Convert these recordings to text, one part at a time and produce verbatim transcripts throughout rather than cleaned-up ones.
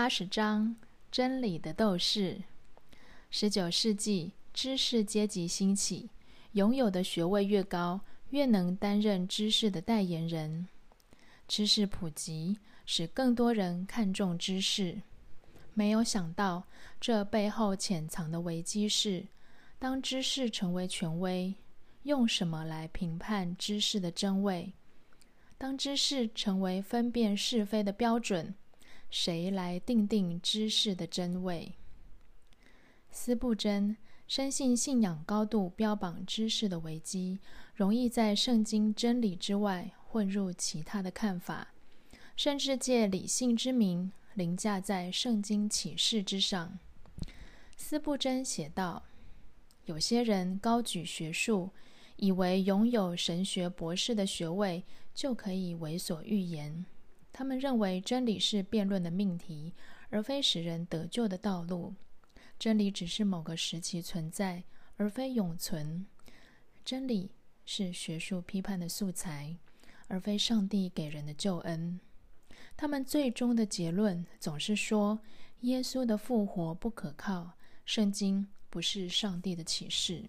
八十章真理的斗士。十九世纪，知识阶级兴起，拥有的学位越高，越能担任知识的代言人。知识普及，使更多人看重知识。没有想到，这背后潜藏的危机是，当知识成为权威，用什么来评判知识的真伪？当知识成为分辨是非的标准，谁来定定知识的真伪？斯布真深信信仰高度标榜知识的危机，容易在圣经真理之外混入其他的看法，甚至借理性之名凌驾在圣经启示之上。斯布真写道，有些人高举学术，以为拥有神学博士的学位就可以为所欲言。他们认为真理是辩论的命题，而非使人得救的道路。真理只是某个时期存在，而非永存。真理是学术批判的素材，而非上帝给人的救恩。他们最终的结论总是说，耶稣的复活不可靠，圣经不是上帝的启示。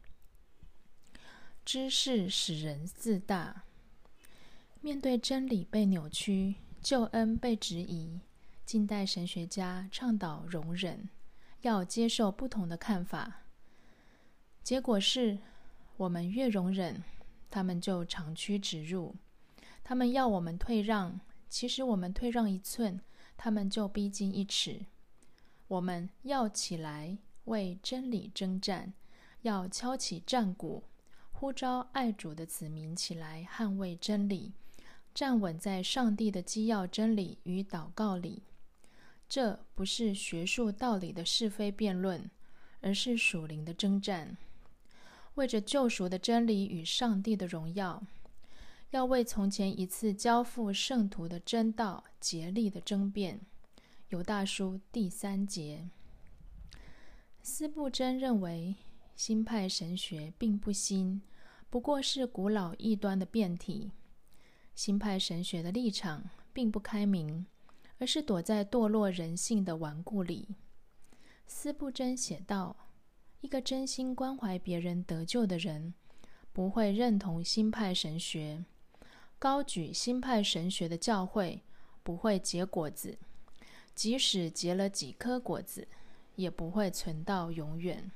知识使人自大。面对真理被扭曲，救恩被质疑，近代神学家倡导容忍，要接受不同的看法。结果是，我们越容忍，他们就长驱直入。他们要我们退让，其实我们退让一寸，他们就逼近一尺。我们要起来为真理征战，要敲起战鼓，呼召爱主的子民起来捍卫真理，站稳在上帝的基要真理与祷告里。这不是学术道理的是非辩论，而是属灵的征战，为着救赎的真理与上帝的荣耀，要为从前一次交付圣徒的真道竭力的争辩。犹大书第三节。斯布真认为，新派神学并不新，不过是古老异端的变体。新派神学的立场并不开明，而是躲在堕落人性的顽固里。斯布真写道，一个真心关怀别人得救的人，不会认同新派神学。高举新派神学的教会不会结果子，即使结了几颗果子，也不会存到永远。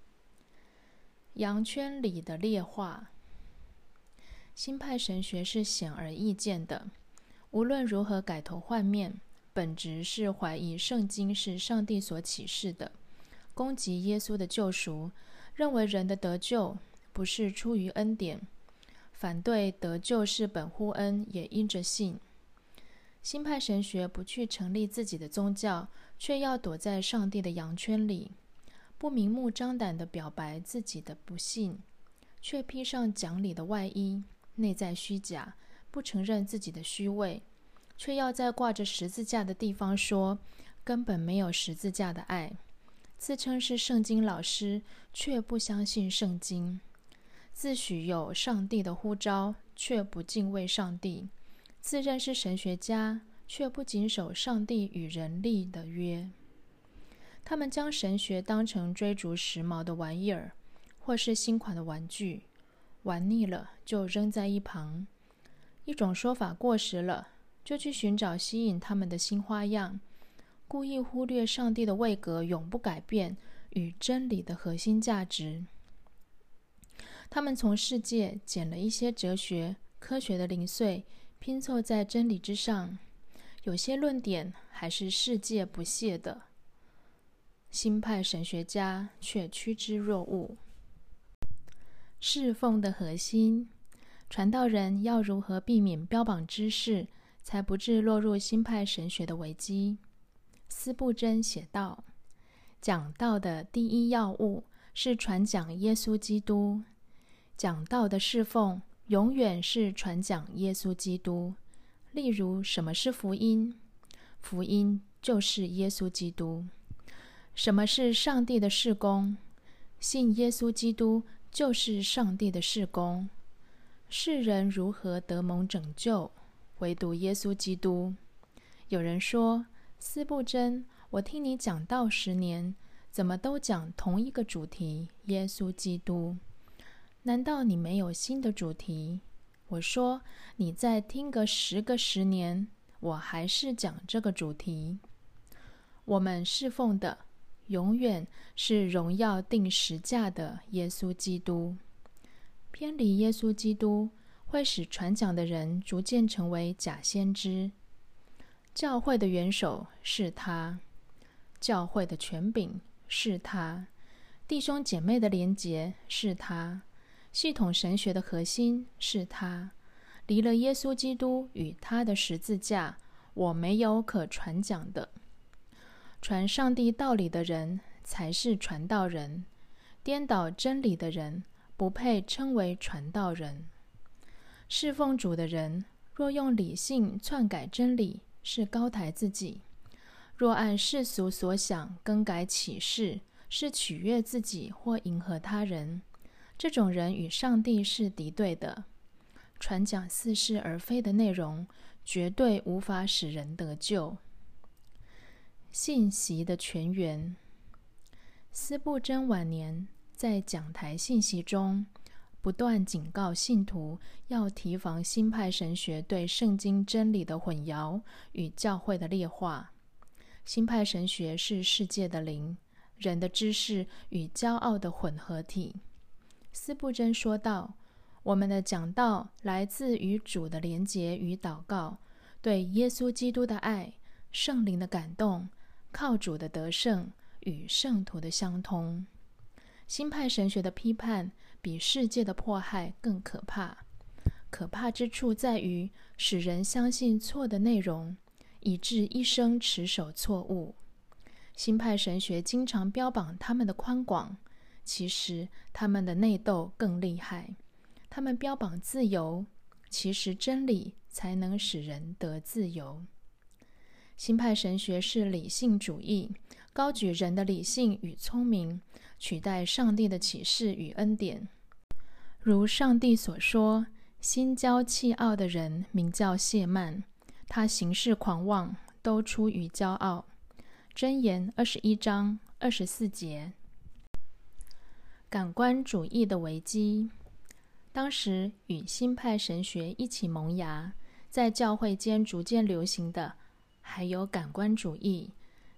羊圈里的劣化。新派神学是显而易见的，无论如何改头换面，本质是怀疑圣经是上帝所启示的，攻击耶稣的救赎，认为人的得救不是出于恩典，反对得救是本乎恩，也因着信。新派神学不去成立自己的宗教，却要躲在上帝的羊圈里，不明目张胆地表白自己的不信，却披上讲理的外衣，内在虚假，不承认自己的虚伪，却要在挂着十字架的地方说根本没有十字架的爱，自称是圣经老师，却不相信圣经，自诩有上帝的呼召，却不敬畏上帝，自认是神学家，却不谨守上帝与人立的约。他们将神学当成追逐时髦的玩意儿，或是新款的玩具，玩腻了就扔在一旁。一种说法过时了，就去寻找吸引他们的新花样，故意忽略上帝的位格永不改变与真理的核心价值。他们从世界捡了一些哲学、科学的零碎，拼凑在真理之上，有些论点还是世界不屑的。新派神学家却趋之若鹜。侍奉的核心。传道人要如何避免标榜知识，才不致落入新派神学的危机？斯布真写道，讲道的第一要务是传讲耶稣基督。讲道的侍奉永远是传讲耶稣基督。例如，什么是福音？福音就是耶稣基督。什么是上帝的事工？信耶稣基督就是上帝的事工。世人如何得蒙拯救？唯独耶稣基督。有人说， 司布真，我听你讲道十年，怎么都讲同一个主题，耶稣基督？难道你没有新的主题？我说，你再听个十个十年，我还是讲这个主题。我们侍奉的永远是荣耀定十架的耶稣基督。偏离耶稣基督，会使传讲的人逐渐成为假先知。教会的元首是他，教会的权柄是他，弟兄姐妹的连结是他，系统神学的核心是他。离了耶稣基督与他的十字架，我没有可传讲的。传上帝道理的人才是传道人，颠倒真理的人不配称为传道人。侍奉主的人若用理性篡改真理，是高抬自己；若按世俗所想更改启示，是取悦自己或迎合他人。这种人与上帝是敌对的。传讲似是而非的内容，绝对无法使人得救。信息的泉源。司布真晚年在讲台信息中不断警告信徒要提防新派神学对圣经真理的混淆与教会的劣化。新派神学是世界的灵，人的知识与骄傲的混合体。司布真说道，我们的讲道来自与主的连结与祷告，对耶稣基督的爱、圣灵的感动、靠主的得胜与圣徒的相通。新派神学的批判比世界的迫害更可怕，可怕之处在于使人相信错的内容，以致一生持守错误。新派神学经常标榜他们的宽广，其实他们的内斗更厉害。他们标榜自由，其实真理才能使人得自由。新派神学是理性主义，高举人的理性与聪明，取代上帝的启示与恩典。如上帝所说，心骄气傲的人名叫谢曼，他行事狂妄，都出于骄傲。箴言二十一章二十四节。感官主义的危机。当时与新派神学一起萌芽，在教会间逐渐流行的还有感官主义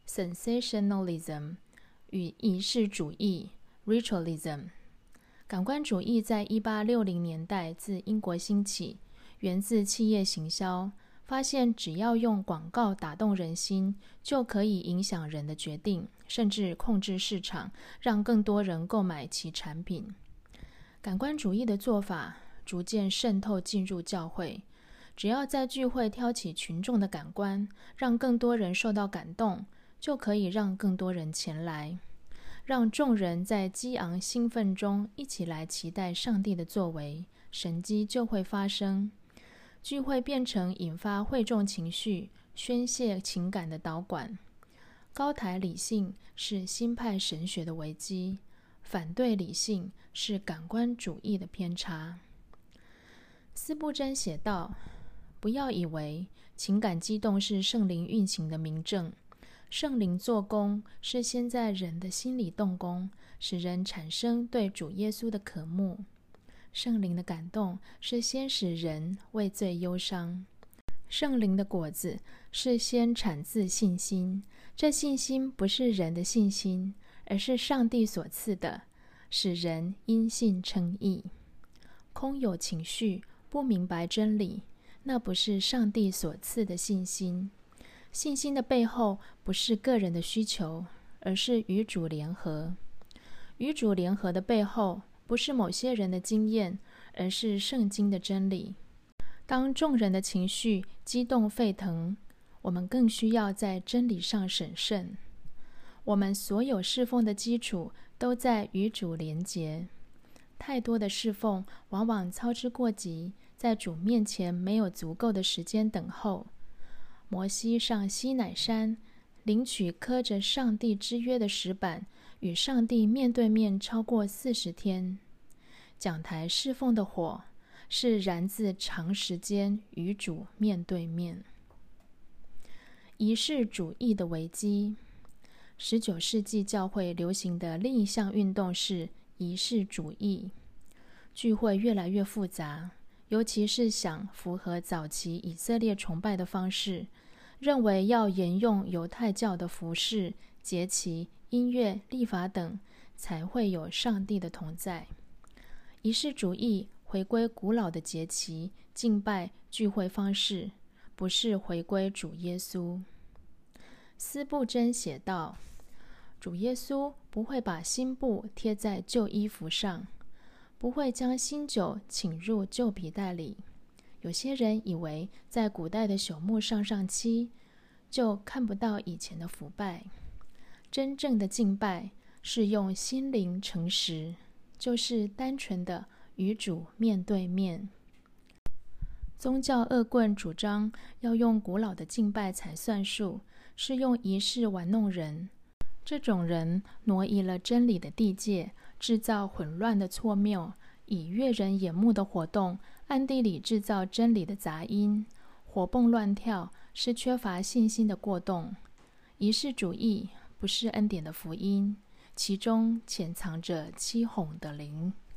sensationalism 与仪式主义 ritualism。 感官主义在一八六零年代自英国兴起，源自企业行销，发现只要用广告打动人心，就可以影响人的决定，甚至控制市场，让更多人购买其产品。感官主义的做法逐渐渗透进入教会，只要在聚会挑起群众的感官，让更多人受到感动，就可以让更多人前来，让众人在激昂兴奋中一起来期待上帝的作为，神迹就会发生。聚会变成引发会众情绪、宣泄情感的导管。高抬理性是新派神学的危机，反对理性是感官主义的偏差。司布真写道，不要以为情感激动是圣灵运行的明证，圣灵做工是先在人的心里动工，使人产生对主耶稣的渴慕。圣灵的感动是先使人为罪忧伤，圣灵的果子是先产自信心，这信心不是人的信心，而是上帝所赐的，使人因信称义。空有情绪，不明白真理，那不是上帝所赐的信心。信心的背后不是个人的需求，而是与主联合。与主联合的背后不是某些人的经验，而是圣经的真理。当众人的情绪激动沸腾，我们更需要在真理上审慎。我们所有侍奉的基础都在与主连结。太多的侍奉往往操之过急，在主面前没有足够的时间等候。摩西上西乃山，领取刻着上帝之约的石板，与上帝面对面超过四十天。讲台侍奉的火是燃自长时间与主面对面。 仪式主义的危机。十九世纪教会流行的另一项运动是仪式主义，聚会越来越复杂，尤其是想符合早期以色列崇拜的方式，认为要沿用犹太教的服饰、节期、音乐、律法等，才会有上帝的同在。仪式主义回归古老的节期、敬拜、聚会方式，不是回归主耶稣。司布真写道，主耶稣不会把新布贴在旧衣服上，不会将新酒请入旧皮袋里。有些人以为在古代的朽木上上漆，就看不到以前的腐败。真正的敬拜是用心灵诚实，就是单纯的与主面对面。宗教恶棍主张要用古老的敬拜才算数，是用仪式玩弄人。这种人挪移了真理的地界，制造混乱的错谬，以悦人眼目的活动，暗地里制造真理的杂音，活蹦乱跳，是缺乏信心的过动。仪式主义不是恩典的福音，其中潜藏着欺哄的灵。